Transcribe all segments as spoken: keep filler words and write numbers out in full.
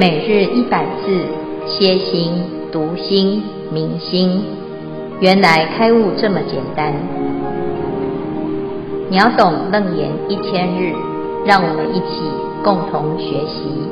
每日一百字，歇心、读心、明心，原来开悟这么简单。秒懂楞严一千日，让我们一起共同学习。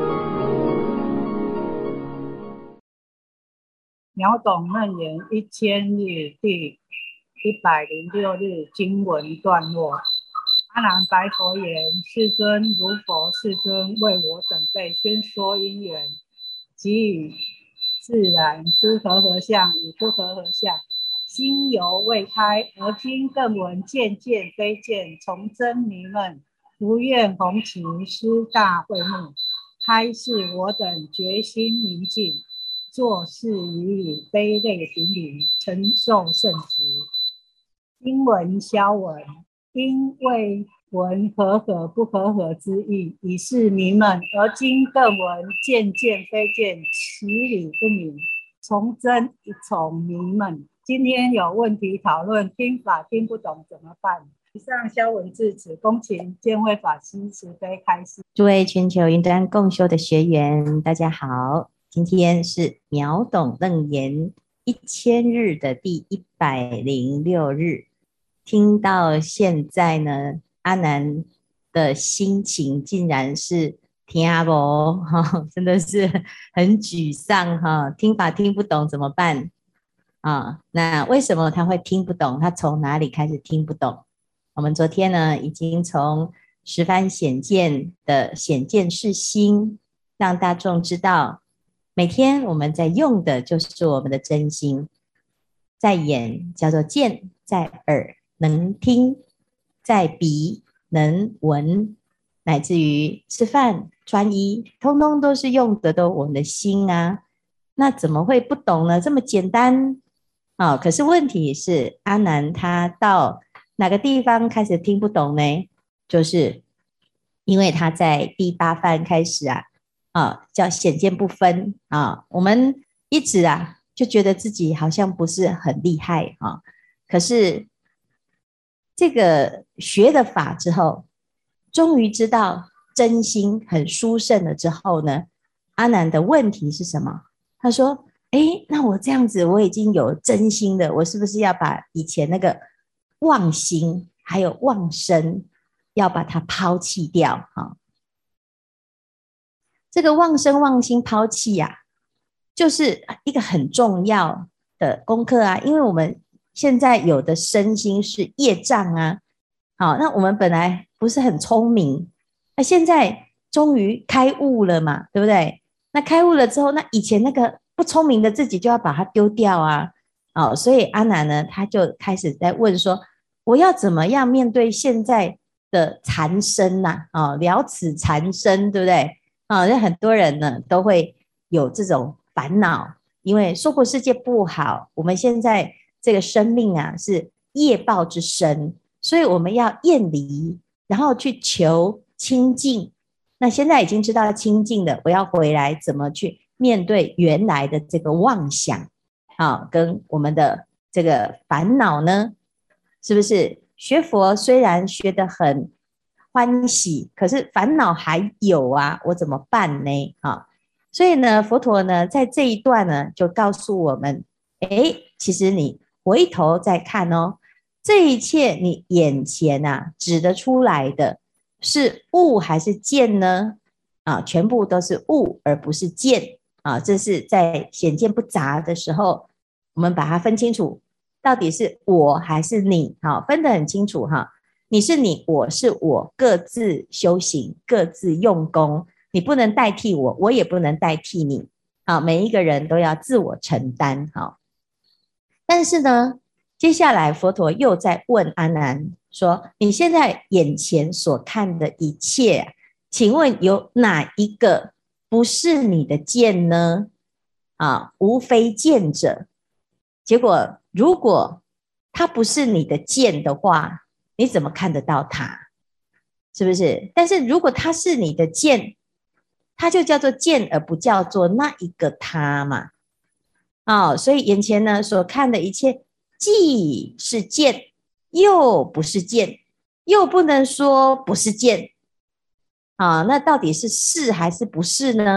秒懂楞严一千日第一百零六日经文段落。阿难白佛言：世尊，如佛世尊为我等辈宣说因缘，即以自然诸和合相与不和合相，心犹未开，而今更闻见见非见，从真迷闷，不愿弘持师大会目，开示我等决心明净，作事于理，悲泪顶礼，承受圣职。经文消文，因为闻和合不和合之意，以是迷闷，而今更闻见见非见，其理不明，从真一重迷闷。今天有问题讨论，听法听不懂怎么办？以上消文至此，恭请见慧法师慈悲开示。 诸位全球云端共修的学员，大家好，今天是秒懂楞严一千日的第一百零六日。听到现在呢，阿难的心情竟然是听不懂、哦、真的是很沮丧、哦、听法听不懂怎么办、哦、那为什么他会听不懂？他从哪里开始听不懂？我们昨天呢已经从十番显见的显见是心，让大众知道每天我们在用的就是我们的真心，在眼叫做见，在耳能听，在鼻能闻，乃至于吃饭穿衣，通通都是用的都我们的心啊。那怎么会不懂呢？这么简单、哦、可是问题是阿难他到哪个地方开始听不懂呢？就是因为他在第八番开始啊，啊叫显见不分啊，我们一直啊就觉得自己好像不是很厉害啊，可是这个学了法之后，终于知道真心很殊胜了之后呢，阿难的问题是什么？他说：诶，那我这样子我已经有真心的，我是不是要把以前那个妄心还有妄生要把它抛弃掉、哦、这个妄生妄心抛弃啊，就是一个很重要的功课啊，因为我们现在有的身心是业障啊，好，那我们本来不是很聪明，那现在终于开悟了嘛，对不对？那开悟了之后，那以前那个不聪明的自己就要把它丢掉啊，哦，所以阿难呢，他就开始在问说，我要怎么样面对现在的缠身呐、啊？哦，了此缠身，对不对？啊、哦，很多人呢都会有这种烦恼，因为娑婆世界不好，我们现在这个生命啊是业报之身，所以我们要厌离，然后去求清净。那现在已经知道清净了，我要回来怎么去面对原来的这个妄想啊，跟我们的这个烦恼呢？是不是？学佛虽然学得很欢喜，可是烦恼还有啊，我怎么办呢？啊，所以呢，佛陀呢在这一段呢就告诉我们，诶，其实你回头再看哦，这一切你眼前啊指得出来的是物还是见呢？啊，全部都是物而不是见啊，这是在显见不杂的时候，我们把它分清楚，到底是我还是你？好，分得很清楚哈。你是你，我是我，各自修行，各自用功，你不能代替我，我也不能代替你。好，每一个人都要自我承担。好，但是呢，接下来佛陀又在问阿难说：你现在眼前所看的一切，请问有哪一个不是你的见呢？啊，无非见者。结果如果它不是你的见的话，你怎么看得到它？是不是？但是如果它是你的见，它就叫做见，而不叫做那一个它嘛。哦，所以眼前呢所看的一切，既是见，又不是见，又不能说不是见。啊，那到底是是还是不是呢？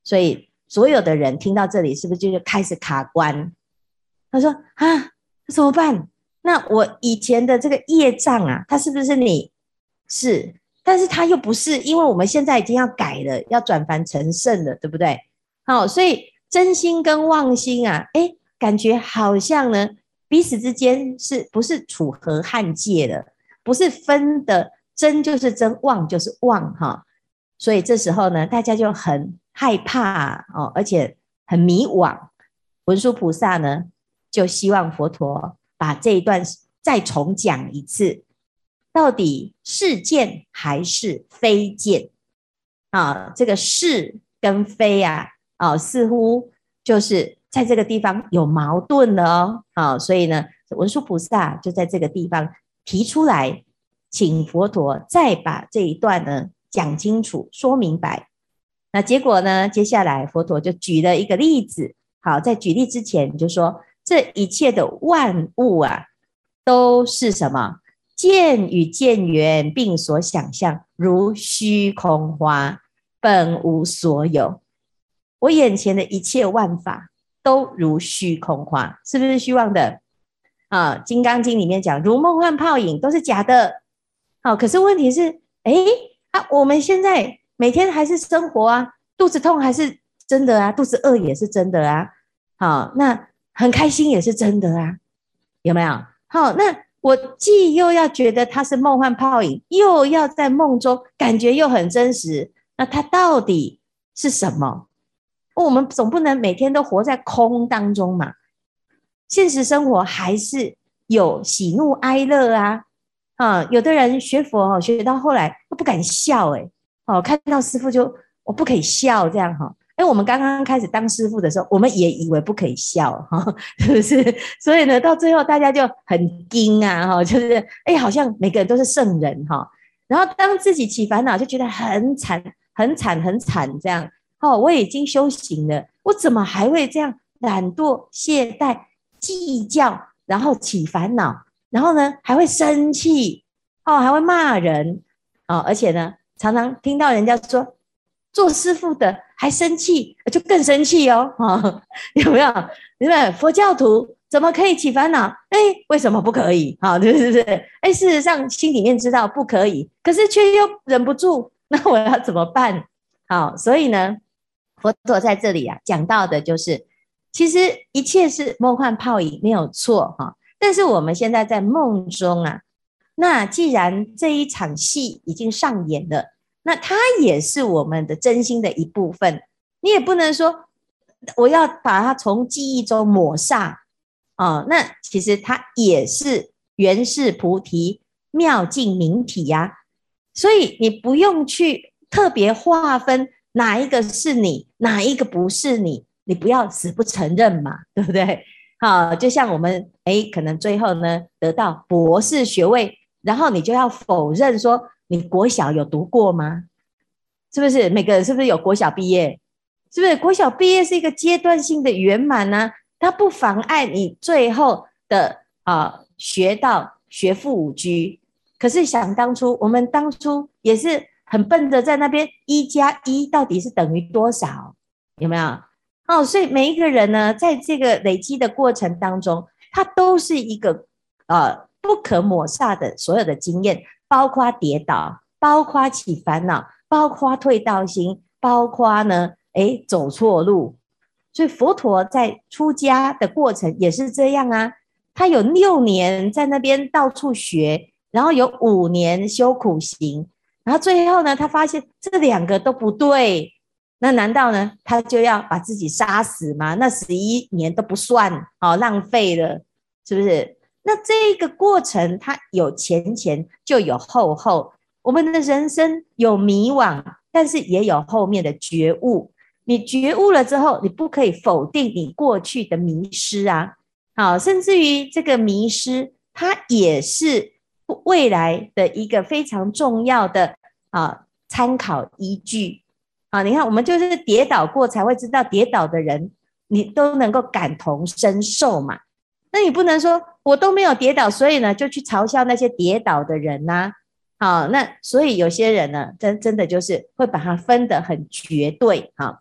所以所有的人听到这里是不是就开始卡关？他说啊，怎么办？那我以前的这个业障啊，它是不是你？是，但是它又不是，因为我们现在已经要改了，要转凡成圣了，对不对？好，所以真心跟妄心啊，哎，感觉好像呢，彼此之间是不是处和汉界了？不是分的真就是真，妄就是妄哈。所以这时候呢，大家就很害怕哦，而且很迷惘。文殊菩萨呢，就希望佛陀把这一段再重讲一次，到底是见还是非见啊？这个是跟非啊，啊，似乎就是在这个地方有矛盾了哦。啊，所以呢，文殊菩萨就在这个地方提出来，请佛陀再把这一段呢讲清楚、说明白。那结果呢，接下来佛陀就举了一个例子。好，在举例之前就说，这一切的万物啊，都是什么？见与见缘并所想象，如虚空花，本无所有。我眼前的一切万法都如虚空花，是不是虚妄的啊？《金刚经》里面讲，如梦幻泡影，都是假的。好，可是问题是，哎啊，我们现在每天还是生活啊，肚子痛还是真的啊，肚子饿也是真的啊。好，那很开心也是真的啊，有没有？好，那我既又要觉得它是梦幻泡影，又要在梦中感觉又很真实，那它到底是什么？我们总不能每天都活在空当中嘛。现实生活还是有喜怒哀乐啊。啊，有的人学佛哦，学到后来都不敢笑，哎，哦，看到师父就我不可以笑这样哈。哎，我们刚刚开始当师父的时候，我们也以为不可以笑哈，是不是？所以呢，到最后大家就很惊啊，哈，就是哎，好像每个人都是圣人哈。然后当自己起烦恼，就觉得很惨、很惨、很惨这样。哦，我已经修行了，我怎么还会这样懒惰、懈怠、计较，然后起烦恼？然后呢，还会生气哦，还会骂人哦，而且呢，常常听到人家说做师父的还生气，就更生气哦，哦有没有？有没有？佛教徒怎么可以起烦恼？哎，为什么不可以？好、哦，对不对？哎，事实上心里面知道不可以，可是却又忍不住，那我要怎么办？好、哦，所以呢，佛陀在这里啊讲到的就是，其实一切是梦幻泡影，没有错哈。哦，但是我们现在在梦中啊，那既然这一场戏已经上演了，那它也是我们的真心的一部分。你也不能说我要把它从记忆中抹煞哦，那其实它也是原是菩提妙境明体呀、啊。所以你不用去特别划分哪一个是你，哪一个不是你，你不要死不承认嘛，对不对？好，就像我们哎，可能最后呢得到博士学位，然后你就要否认说你国小有读过吗？是不是？每个人是不是有国小毕业？是不是国小毕业是一个阶段性的圆满呢、啊？它不妨碍你最后的啊、呃、学到学富五车。可是想当初，我们当初也是很笨的，在那边一加一到底是等于多少？有没有？哦，所以每一个人呢，在这个累积的过程当中，他都是一个呃不可抹煞的所有的经验，包括跌倒，包括起烦恼，包括退道心，包括呢，哎，走错路。所以佛陀在出家的过程也是这样啊，他有六年在那边到处学，然后有五年修苦行，然后最后呢，他发现这两个都不对。那难道呢，他就要把自己杀死吗？那十一年都不算，哦，浪费了，是不是？那这个过程，它有前前就有后后。我们的人生有迷惘，但是也有后面的觉悟。你觉悟了之后，你不可以否定你过去的迷失啊。好，甚至于这个迷失，它也是未来的一个非常重要的啊参考依据。啊，你看，我们就是跌倒过才会知道，跌倒的人你都能够感同身受嘛。那你不能说我都没有跌倒，所以呢就去嘲笑那些跌倒的人呐、啊。好，那所以有些人呢，真真的就是会把它分得很绝对哈。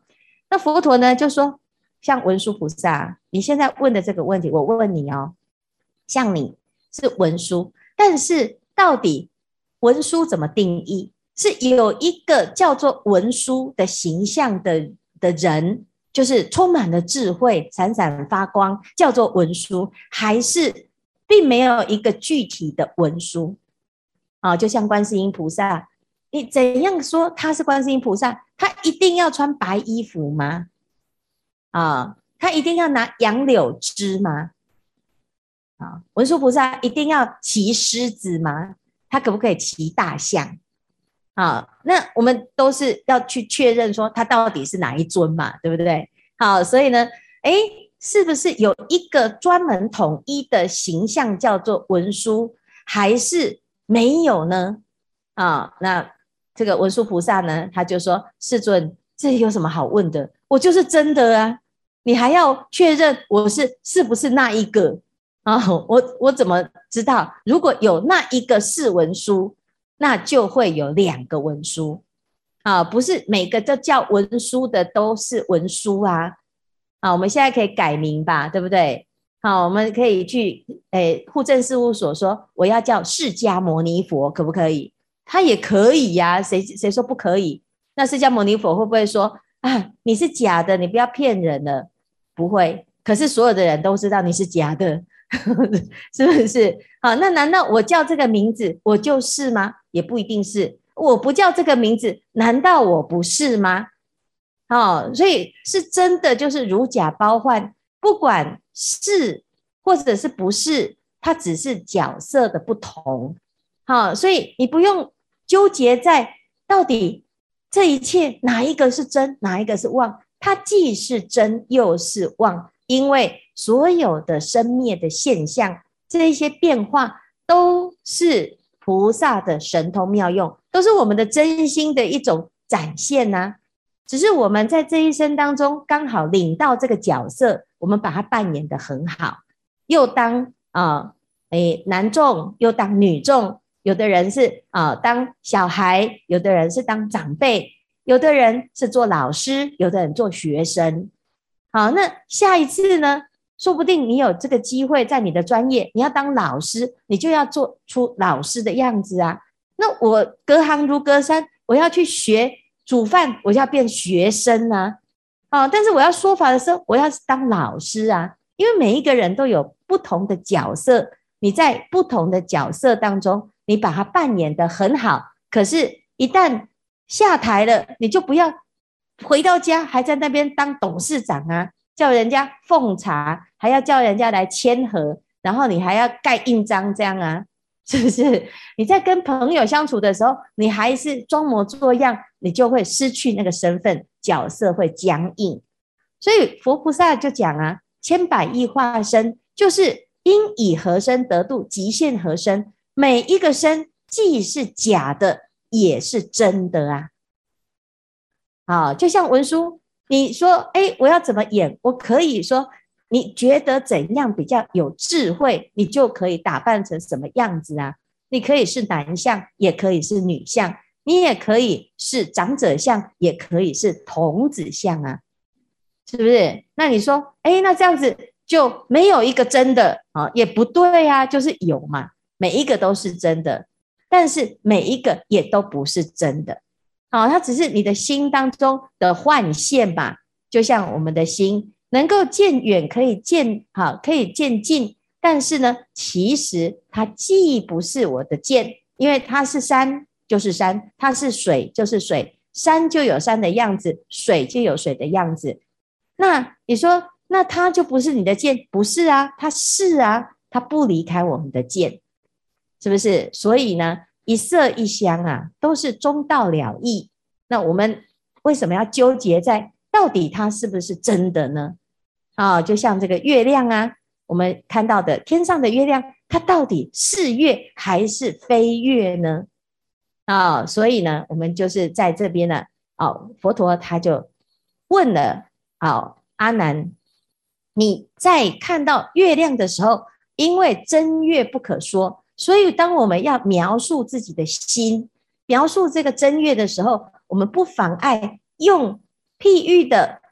那佛陀呢就说，像文殊菩萨，你现在问的这个问题，我问你哦，像你是文殊，但是到底文殊怎么定义？是有一个叫做文殊的形象的的人，就是充满了智慧，闪闪发光，叫做文殊，还是并没有一个具体的文殊？啊，就像观世音菩萨，你怎样说他是观世音菩萨？他一定要穿白衣服吗？啊，他一定要拿杨柳枝吗？啊，文殊菩萨一定要骑狮子吗？他可不可以骑大象？啊，那我们都是要去确认说他到底是哪一尊嘛，对不对？好，所以呢，哎，是不是有一个专门统一的形象叫做文殊，还是没有呢？啊，那这个文殊菩萨呢，他就说：世尊，这有什么好问的？我就是真的啊，你还要确认我是是不是那一个啊？我我怎么知道？如果有那一个是文殊，那就会有两个文殊啊，不是每个都叫文殊的都是文殊啊。啊，我们现在可以改名吧，对不对？好，我们可以去诶户政事务所说，我要叫释迦牟尼佛，可不可以？他也可以呀、啊，谁谁说不可以？那释迦牟尼佛会不会说啊，你是假的，你不要骗人了？不会。可是所有的人都知道你是假的，是不是？好，那难道我叫这个名字，我就是吗？也不一定是。我不叫这个名字，难道我不是吗？哦，所以是真的就是如假包换，不管是或者是不是，它只是角色的不同。好，所以你不用纠结在到底这一切哪一个是真，哪一个是妄，它既是真又是妄，因为所有的生灭的现象，这一些变化都是菩萨的神通妙用，都是我们的真心的一种展现啊。只是我们在这一生当中刚好领到这个角色，我们把它扮演得很好，又当啊、呃、诶男众，又当女众，有的人是啊、呃、当小孩，有的人是当长辈，有的人是做老师，有的人做学生。好，那下一次呢，说不定你有这个机会在你的专业，你要当老师，你就要做出老师的样子啊。那我隔行如隔山，我要去学煮饭，我就要变学生啊。哦，但是我要说法的时候，我要当老师啊。因为每一个人都有不同的角色，你在不同的角色当中，你把它扮演得很好。可是，一旦下台了，你就不要回到家还在那边当董事长啊，叫人家奉茶，还要叫人家来签合，然后你还要盖印章这样啊。是不是？你在跟朋友相处的时候，你还是装模作样，你就会失去那个身份，角色会僵硬。所以佛菩萨就讲啊，千百亿化身就是因以何身得度，极限何身，每一个身既是假的，也是真的啊。好，就像文殊，你说，哎，我要怎么演？我可以说，你觉得怎样比较有智慧，你就可以打扮成什么样子啊？你可以是男相，也可以是女相，你也可以是长者相，也可以是童子相啊，是不是？那你说，哎，那这样子就没有一个真的啊？也不对啊，就是有嘛，每一个都是真的，但是每一个也都不是真的。好，它只是你的心当中的幻现吧，就像我们的心。能够见远，可以见好，可以见近，但是呢，其实它既不是我的见，因为它是山就是山，它是水就是水，山就有山的样子，水就有水的样子。那你说，那它就不是你的见？不是啊，它是啊，它不离开我们的见，是不是？所以呢，一色一香啊，都是中道了义。那我们为什么要纠结在到底它是不是真的呢？啊，就像这个月亮啊，我们看到的天上的月亮，它到底是月还是非月呢？啊，所以呢，我们就是在这边呢，哦，佛陀他就问了，哦，阿难，你在看到月亮的时候，因为真月不可说，所以当我们要描述自己的心，描述这个真月的时候，我们不妨碍用譬喻的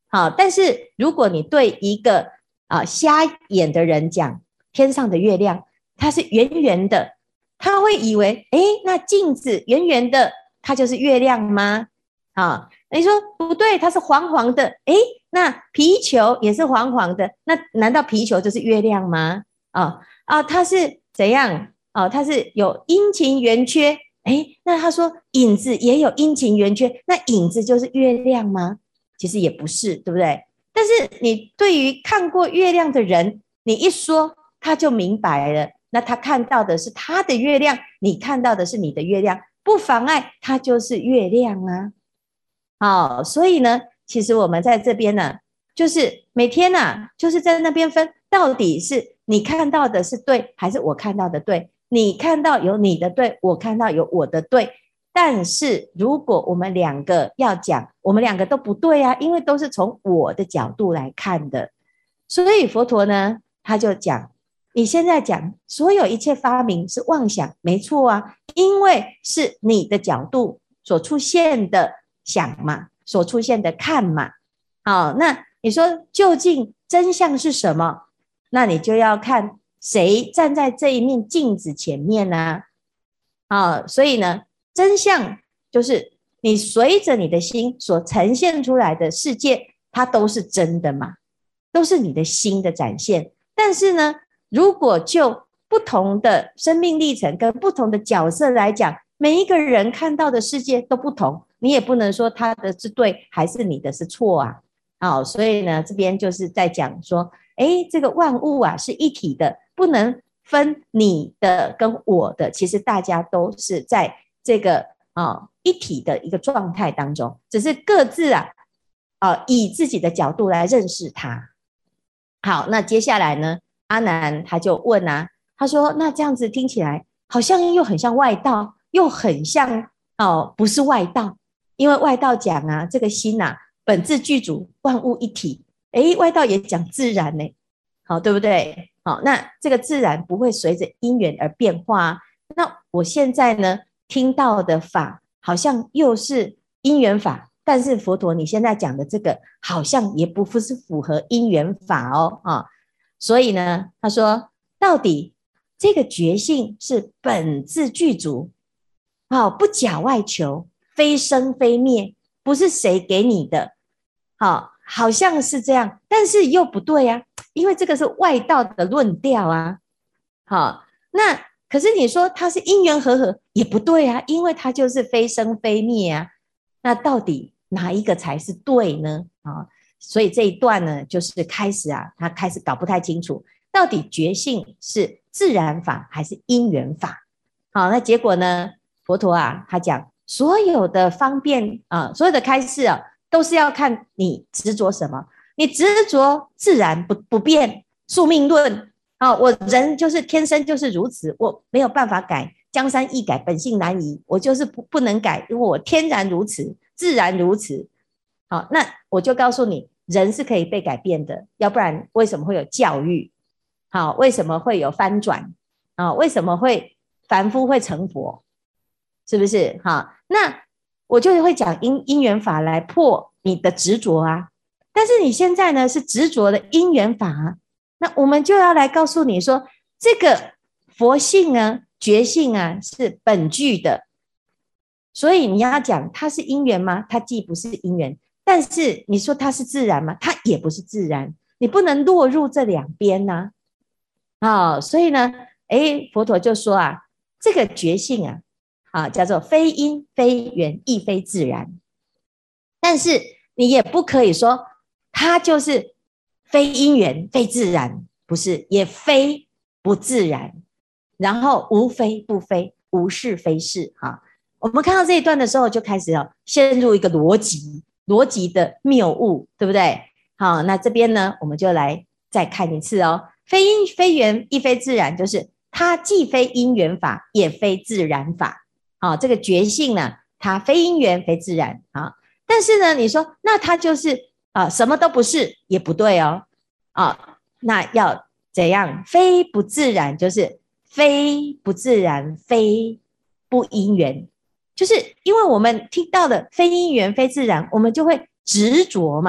好，但是如果你对一个啊瞎眼的人讲天上的月亮它是圆圆的，他会以为诶那镜子圆圆的它就是月亮吗？啊，你说不对，它是黄黄的，诶那皮球也是黄黄的，那难道皮球就是月亮吗？啊啊，它是怎样？哦、啊，它是有阴晴圆缺，诶那他说影子也有阴晴圆缺，那影子就是月亮吗？其实也不是，对不对？但是你对于看过月亮的人，你一说他就明白了，那他看到的是他的月亮，你看到的是你的月亮，不妨碍它就是月亮啊。好，所以呢其实我们在这边呢就是每天啊就是在那边分到底是你看到的是对还是我看到的对，你看到有你的对，我看到有我的对，但是如果我们两个要讲，我们两个都不对啊，因为都是从我的角度来看的。所以佛陀呢他就讲，你现在讲所有一切发明是妄想，没错啊，因为是你的角度所出现的想嘛，所出现的看嘛。好，那你说究竟真相是什么？那你就要看谁站在这一面镜子前面啊。好，所以呢真相就是你随着你的心所呈现出来的世界，它都是真的嘛，都是你的心的展现。但是呢如果就不同的生命历程跟不同的角色来讲，每一个人看到的世界都不同，你也不能说他的是对还是你的是错啊。好，所以呢这边就是在讲说，诶这个万物啊是一体的，不能分你的跟我的，其实大家都是在这个啊一体的一个状态当中，只是各自啊啊以自己的角度来认识它。好，那接下来呢阿难他就问啊，他说那这样子听起来好像又很像外道，又很像哦不是外道，因为外道讲啊这个心啊本自具足，万物一体，诶外道也讲自然呢，好对不对？好，那这个自然不会随着因缘而变化啊。那我现在呢听到的法好像又是因缘法，但是佛陀你现在讲的这个好像也不是符合因缘法哦啊。所以呢他说到底这个觉性是本自具足，好不假外求，非生非灭，不是谁给你的，好好像是这样，但是又不对啊，因为这个是外道的论调啊。好，那可是你说它是因缘和合也不对啊，因为它就是非生非灭啊。那到底哪一个才是对呢？啊，所以这一段呢就是开始啊他开始搞不太清楚到底觉性是自然法还是因缘法。好，那结果呢佛陀啊他讲所有的方便啊所有的开示啊都是要看你执着什么，你执着自然 不, 不变宿命论啊，我人就是天生就是如此，我没有办法改，江山易改本性难移，我就是 不, 不能改，因为我天然如此，自然如此。好，那我就告诉你人是可以被改变的，要不然为什么会有教育？好，为什么会有翻转？啊，为什么会凡夫会成佛？是不是？好，那我就会讲因因缘法来破你的执着啊。但是你现在呢是执着的因缘法啊，那我们就要来告诉你说，这个佛性啊觉性啊是本具的，所以你要讲它是因缘吗？它既不是因缘，但是你说它是自然吗？它也不是自然，你不能落入这两边啊。哦，所以呢诶佛陀就说啊这个觉性啊啊，叫做非因非缘亦非自然，但是你也不可以说它就是非因缘非自然，不是，也非不自然，然后无非不非，无是非是。哈，我们看到这一段的时候就开始哦陷入一个逻辑逻辑的谬误，对不对？好，那这边呢我们就来再看一次哦，非因非缘亦非自然，就是它既非因缘法也非自然法。好，这个觉性呢它非因缘非自然。好，但是呢你说那它就是啊什么都不是，也不对哦。啊，那要怎样？非不自然，就是非不自然非不因缘，就是因为我们听到的非因缘非自然，我们就会执着嘛，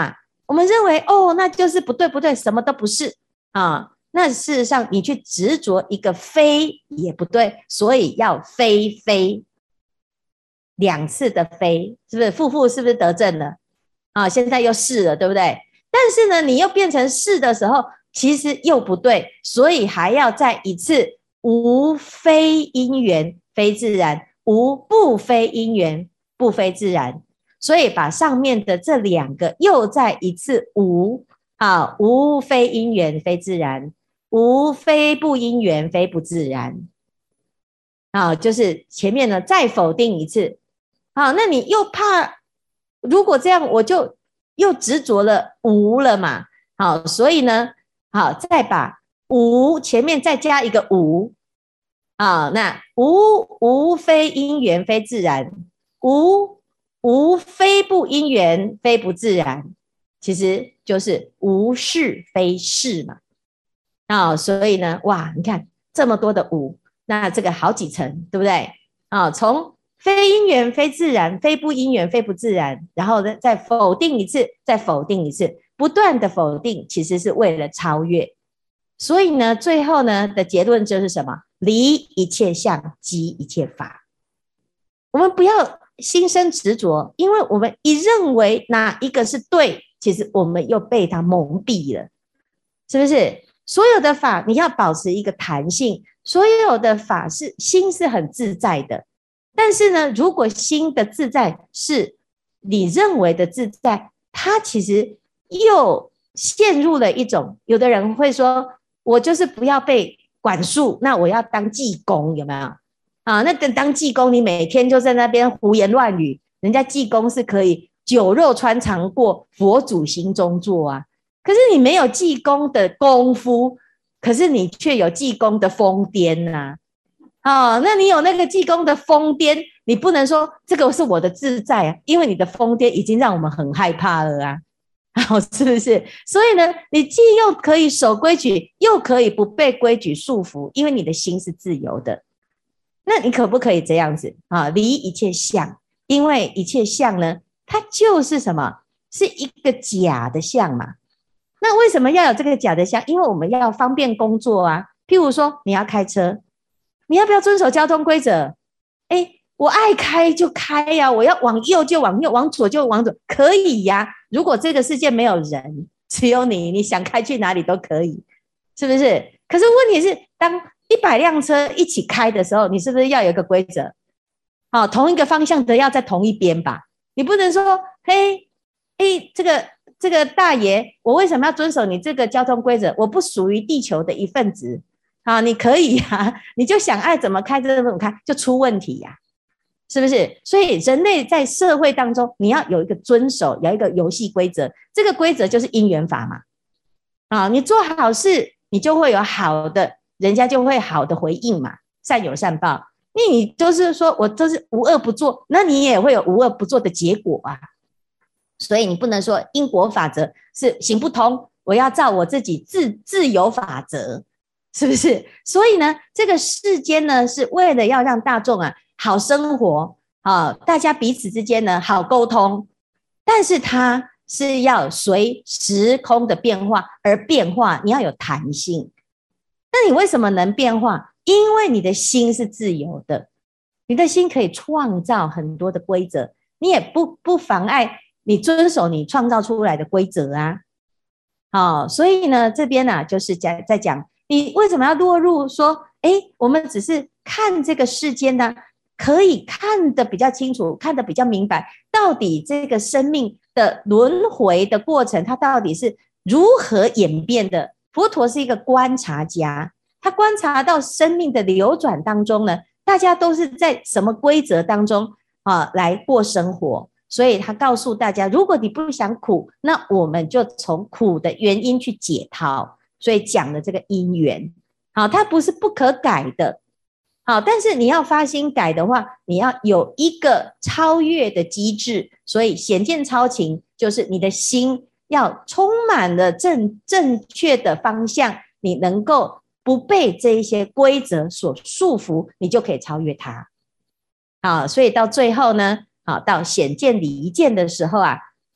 我们认为哦，那就是不对不对，什么都不是啊。那事实上你去执着一个非也不对，所以要非非，两次的非，是不是负负是不是得正了啊？现在又是了，对不对？但是呢，你又变成是的时候，其实又不对，所以还要再一次无非因缘非自然，无不非因缘不非自然，所以把上面的这两个又再一次无啊，无非因缘非自然，无非不因缘非不自然啊，就是前面呢再否定一次。好，那你又怕，如果这样我就又执着了无了嘛。好，所以呢，好，再把无前面再加一个无。好，那无无非因缘非自然，无无非不因缘非不自然，其实就是无是非是嘛。好，所以呢，哇，你看这么多的无，那这个好几层，对不对？啊，从非因缘非自然，非不因缘非不自然，然后呢再否定一次，再否定一次，不断的否定，其实是为了超越。所以呢，最后呢的结论就是什么？离一切相，即一切法。我们不要心生执着，因为我们一认为哪一个是对，其实我们又被它蒙蔽了，是不是？所有的法你要保持一个弹性，所有的法是心是很自在的。但是呢，如果心的自在是你认为的自在，它其实又陷入了一种，有的人会说我就是不要被管束，那我要当济公，有没有啊？那等当济公，你每天就在那边胡言乱语，人家济公是可以酒肉穿肠过，佛祖心中坐啊。可是你没有济公的功夫，可是你却有济公的疯癫啊。哦，那你有那个济公的疯癫，你不能说这个是我的自在啊，因为你的疯癫已经让我们很害怕了啊，哦，是不是？所以呢，你既又可以守规矩，又可以不被规矩束缚，因为你的心是自由的。那你可不可以这样子啊？离一切相，因为一切相呢，它就是什么？是一个假的相嘛。那为什么要有这个假的相？因为我们要方便工作啊。譬如说，你要开车。你要不要遵守交通规则？哎，我爱开就开呀、啊，我要往右就往右，往左就往左，可以呀、啊。如果这个世界没有人，只有你，你想开去哪里都可以，是不是？可是问题是，当一百辆车一起开的时候，你是不是要有一个规则？好、哦，同一个方向的要在同一边吧？你不能说，嘿，哎，这个这个大爷，我为什么要遵守你这个交通规则？我不属于地球的一份子。啊，你可以呀、啊，你就想爱怎么开就怎么开，就出问题呀、啊，是不是？所以人类在社会当中，你要有一个遵守，有一个游戏规则，这个规则就是因缘法嘛。啊，你做好事，你就会有好的，人家就会好的回应嘛，善有善报。那你就是说我就是无恶不作，那你也会有无恶不作的结果啊。所以你不能说因果法则是行不通，我要照我自己自自由法则。是不是？所以呢，这个世间呢，是为了要让大众啊好生活啊，大家彼此之间呢好沟通，但是它是要随时空的变化而变化，你要有弹性。那你为什么能变化？因为你的心是自由的，你的心可以创造很多的规则，你也不不妨碍你遵守你创造出来的规则啊。好，所以呢，这边呢、啊、就是在在讲。你为什么要落入说，哎，我们只是看这个世间呢，可以看得比较清楚，看得比较明白，到底这个生命的轮回的过程，它到底是如何演变的？佛陀是一个观察家，他观察到生命的流转当中呢，大家都是在什么规则当中啊来过生活，所以他告诉大家，如果你不想苦，那我们就从苦的原因去解套。所以讲的这个因缘，好，它不是不可改的，好，但是你要发心改的话，你要有一个超越的机制。所以显见超情，就是你的心要充满了正正确的方向，你能够不被这一些规则所束缚，你就可以超越它。好，所以到最后呢，好，到显见离见的时候啊，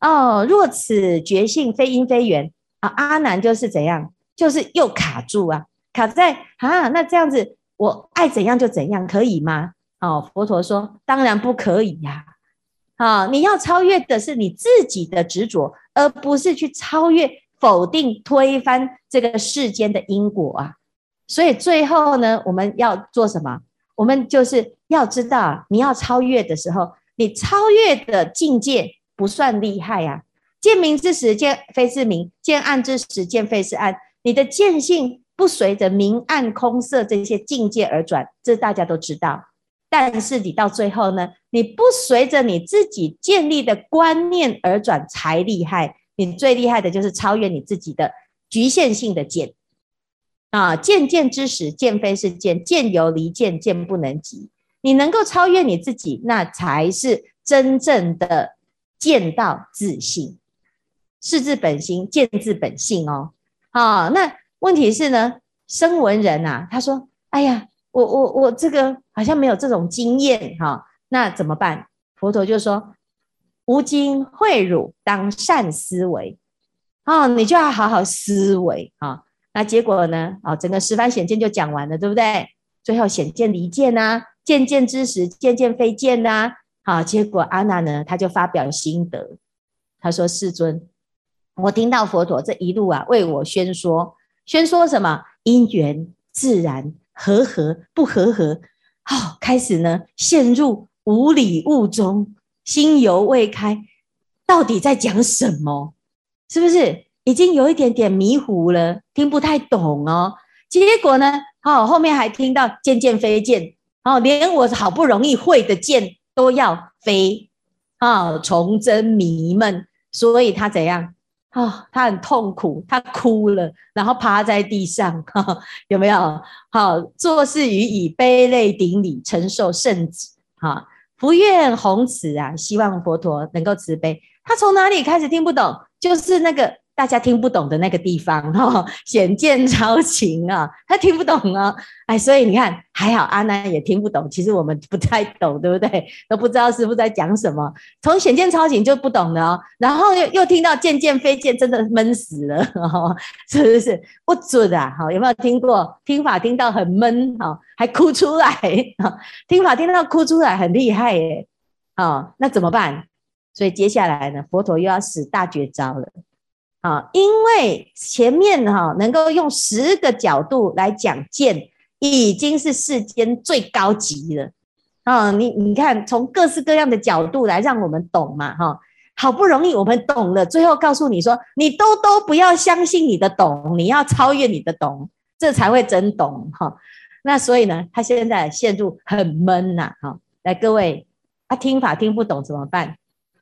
哦，若此觉性非因非缘啊，阿难就是怎样，就是又卡住啊，卡在啊，那这样子我爱怎样就怎样，可以吗？哦，佛陀说当然不可以呀、啊，哦，你要超越的是你自己的执着，而不是去超越否定推翻这个世间的因果啊。所以最后呢，我们要做什么？我们就是要知道，你要超越的时候，你超越的境界不算厉害啊。见明之时，见非是明；见暗之时，见非是暗。你的见性不随着明暗空色这些境界而转，这大家都知道。但是你到最后呢，你不随着你自己建立的观念而转才厉害。你最厉害的就是超越你自己的局限性的见啊！见见之时，见非是见，见由离见，见不能及。你能够超越你自己，那才是真正的见到自性。视自本心，见自本性哦。啊，那问题是呢，声闻人啊，他说：“哎呀，我我我这个好像没有这种经验哈、啊，那怎么办？”佛陀就说：“吾今诲汝，当善思维。”哦，你就要好好思维啊。那结果呢？哦，整个十番显见就讲完了，对不对？最后显见离见啊，见见之时，见见非见啊。好，结果阿难呢，他就发表心得，他说：“世尊，我听到佛陀这一路啊，为我宣说，宣说什么？因缘自然，和合不和合。好、哦，开始呢，陷入无理悟中，心犹未开，到底在讲什么？是不是已经有一点点迷糊了，听不太懂哦？结果呢，哦，后面还听到见见非见，哦，连我好不容易会的见都要非，哦，从真迷闷，所以他怎样？哦，他很痛苦，他哭了，然后趴在地上，哦、有没有？好、哦，作是于以悲泪顶礼，承受圣旨，哈、哦，不愿弘慈啊，希望佛陀能够慈悲。他从哪里开始听不懂？就是那个大家听不懂的那个地方哈，显见超情啊，他听不懂啊，哎，所以你看还好阿难也听不懂，其实我们不太懂，对不对？都不知道师父在讲什么，从显见超情就不懂了哦，然后又又听到见见非见，真的闷死了，哦、是不是不准啊？好，有没有听过听法听到很闷哈、哦，还哭出来、哦？听法听到哭出来很厉害耶，哦，那怎么办？所以接下来呢，佛陀又要使大绝招了，啊，因为前面哈、啊、能够用十个角度来讲见，已经是世间最高级了，啊，你你看从各式各样的角度来让我们懂嘛，哈、啊，好不容易我们懂了，最后告诉你说，你都都不要相信你的懂，你要超越你的懂，这才会真懂哈、啊。那所以呢，他现在陷入很闷呐，哈、啊，来各位，啊听法听不懂怎么办？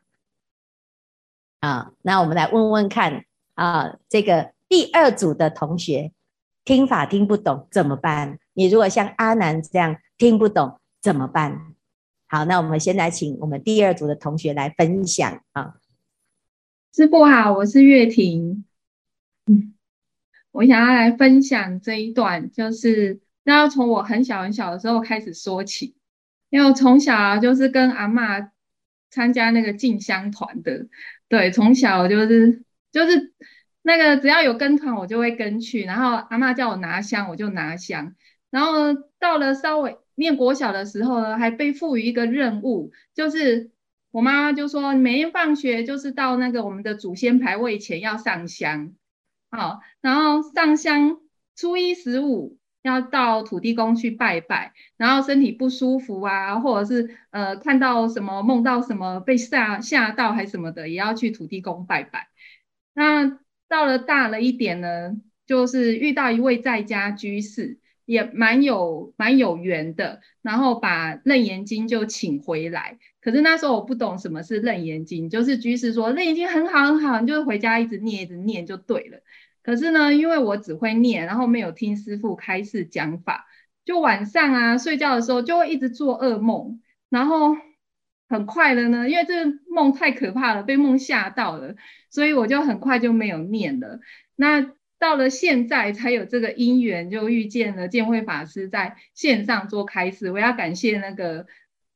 啊，那我们来问问看啊，这个第二组的同学听法听不懂怎么办？你如果像阿南这样听不懂怎么办？好，那我们先来请我们第二组的同学来分享啊。 师父好，我是月婷。嗯，我想要来分享这一段，就是那要从我很小很小的时候开始说起，因为我从小就是跟阿嬷参加那个进香团的。对，从小就是就是那个只要有跟团我就会跟去，然后阿嬷叫我拿香我就拿香，然后到了稍微念国小的时候呢，还被赋予一个任务，就是我妈妈就说每天放学就是到那个我们的祖先牌位前要上香，好，然后上香初一十五要到土地公去拜拜，然后身体不舒服啊，或者是呃看到什么梦到什么被吓吓到还什么的，也要去土地公拜拜。那到了大了一点呢，就是遇到一位在家居士，也蛮有蛮有缘的，然后把楞严经就请回来。可是那时候我不懂什么是楞严经，就是居士说楞严经很好很好，你就回家一直念一直念就对了。可是呢，因为我只会念，然后没有听师父开示讲法，就晚上啊睡觉的时候就会一直做噩梦，然后很快了呢，因为这个梦太可怕了，被梦吓到了，所以我就很快就没有念了。那到了现在才有这个因缘，就遇见了建慧法师在线上做开示，我要感谢那个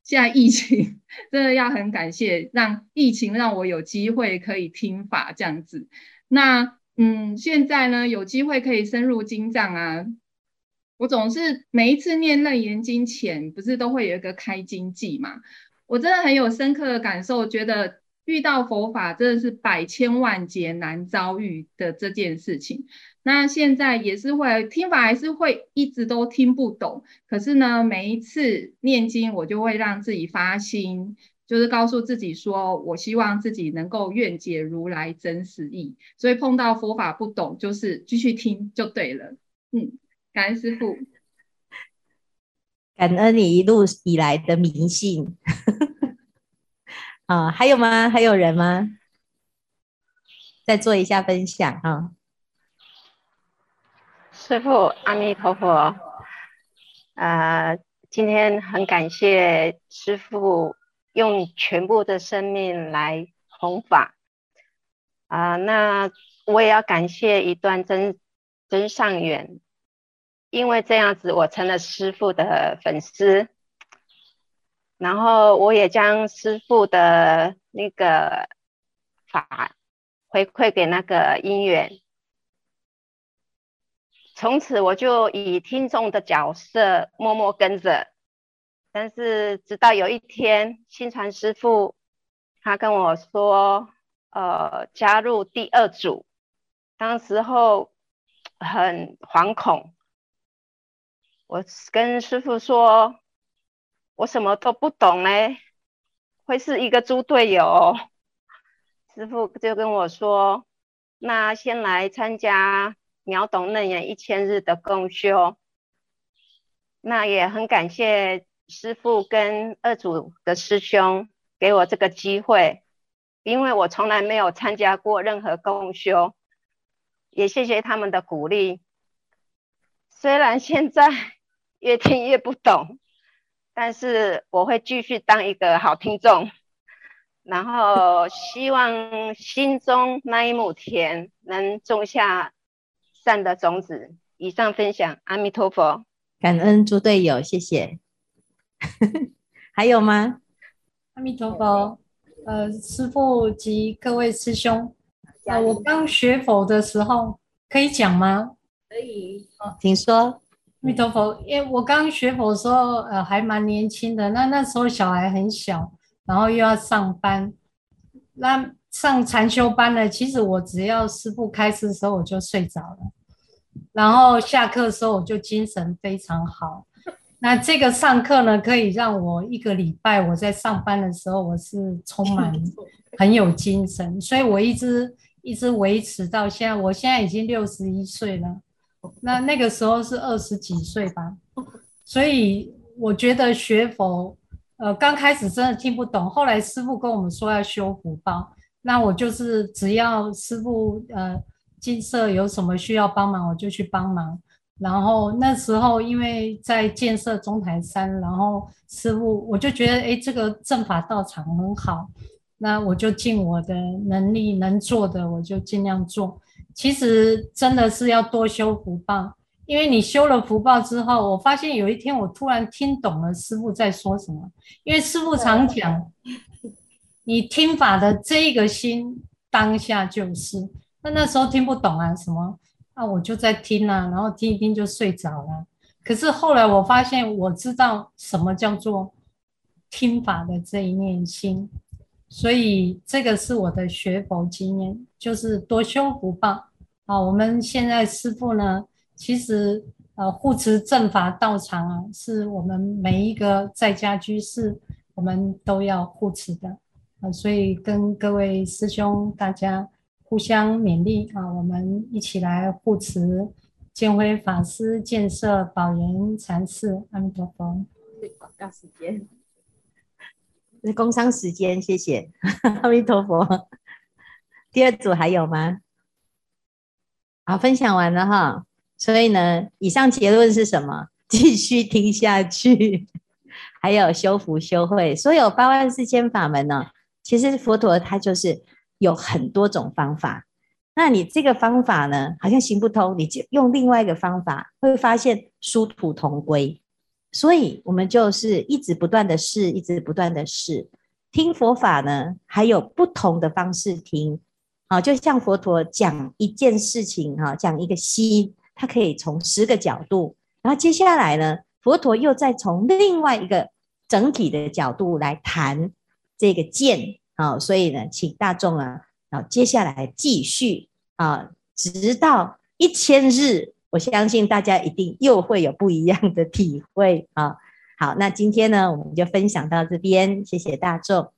现在疫情真的要很感谢，让疫情让我有机会可以听法这样子。那嗯，现在呢有机会可以深入经藏啊，我总是每一次念楞严经前，不是都会有一个开经偈嘛？我真的很有深刻的感受，觉得遇到佛法真的是百千万劫难遭遇的这件事情。那现在也是会听法，还是会一直都听不懂。可是呢，每一次念经，我就会让自己发心，就是告诉自己说，我希望自己能够愿解如来真实义。所以碰到佛法不懂，就是继续听就对了。嗯，感恩师父， 感恩你一路以来的迷信。啊，还有吗？还有人吗？再做一下分享啊。 师父，阿弥陀佛。呃，今天很感谢师父用全部的生命来弘法。啊、呃，那我也要感谢一段真真上缘，因为这样子我成了师父的粉丝，然后我也将师父的那个法回馈给那个因缘。从此我就以听众的角色默默跟着，但是直到有一天新传师父他跟我说呃，加入第二组，当时候很惶恐，我跟师父说我什么都不懂嘞，会是一个猪队友。师父就跟我说，那先来参加秒懂楞严一千日的共修。那也很感谢师父跟二组的师兄给我这个机会，因为我从来没有参加过任何共修，也谢谢他们的鼓励。虽然现在越听越不懂，但是我会继续当一个好听众，然后希望心中那一亩田能种下善的种子。以上分享，阿弥陀佛。 感恩猪队友，谢谢。还有吗？ 阿弥陀佛。呃，师父及各位师兄，呃，我刚学佛的时候可以讲吗？ 可以，哦，请说。 阿弥陀佛。因为我刚学佛的时候，呃，还蛮年轻的，那那时候小孩很小，然后又要上班，那上禅修班呢，其实我只要师父开示的时候我就睡着了，然后下课的时候我就精神非常好。那这个上课呢，可以让我一个礼拜我在上班的时候我是充满很有精神，所以我一直一直维持到现在。我现在已经六十一岁了，那那个时候是二十几岁吧。所以我觉得学佛，呃，刚开始真的听不懂，后来师父跟我们说要修福报，那我就是只要师父呃精舍有什么需要帮忙，我就去帮忙。然后那时候因为在建设中台山，然后师父我就觉得哎，这个正法道场很好，那我就尽我的能力能做的我就尽量做。其实真的是要多修福报，因为你修了福报之后，我发现有一天我突然听懂了师父在说什么。因为师父常讲你听法的这个心当下就是，那那时候听不懂啊什么啊，我就在听啊，然后听一听就睡着了。可是后来我发现我知道什么叫做听法的这一念心，所以这个是我的学佛经验，就是多修福报啊。我们现在师父呢，其实呃护持正法道场啊，是我们每一个在家居士我们都要护持的啊，所以跟各位师兄大家互相勉励啊，我们一起来护持建辉法师建设宝岩禅寺。阿弥陀佛。 广告时间，是工商时间，谢谢。阿弥陀佛。第二组还有吗？好，分享完了哈。所以呢，以上结论是什么？继续听下去。还有修福修慧，所有八万四千法门呢，其实佛陀他就是有很多种方法。那你这个方法呢，好像行不通，你就用另外一个方法，会发现殊途同归。 所以我们就是一直不断的试，一直不断的试。听佛法呢，还有不同的方式听，好，就像佛陀讲一件事情，哈，讲一个心，它可以从十个角度，然后接下来呢，佛陀又再从另外一个整体的角度来谈这个见，好，所以呢，请大众啊，然后接下来继续啊，直到一千日，我相信大家一定又会有不一样的体会啊。好，那今天呢，我们就分享到这边，谢谢大众。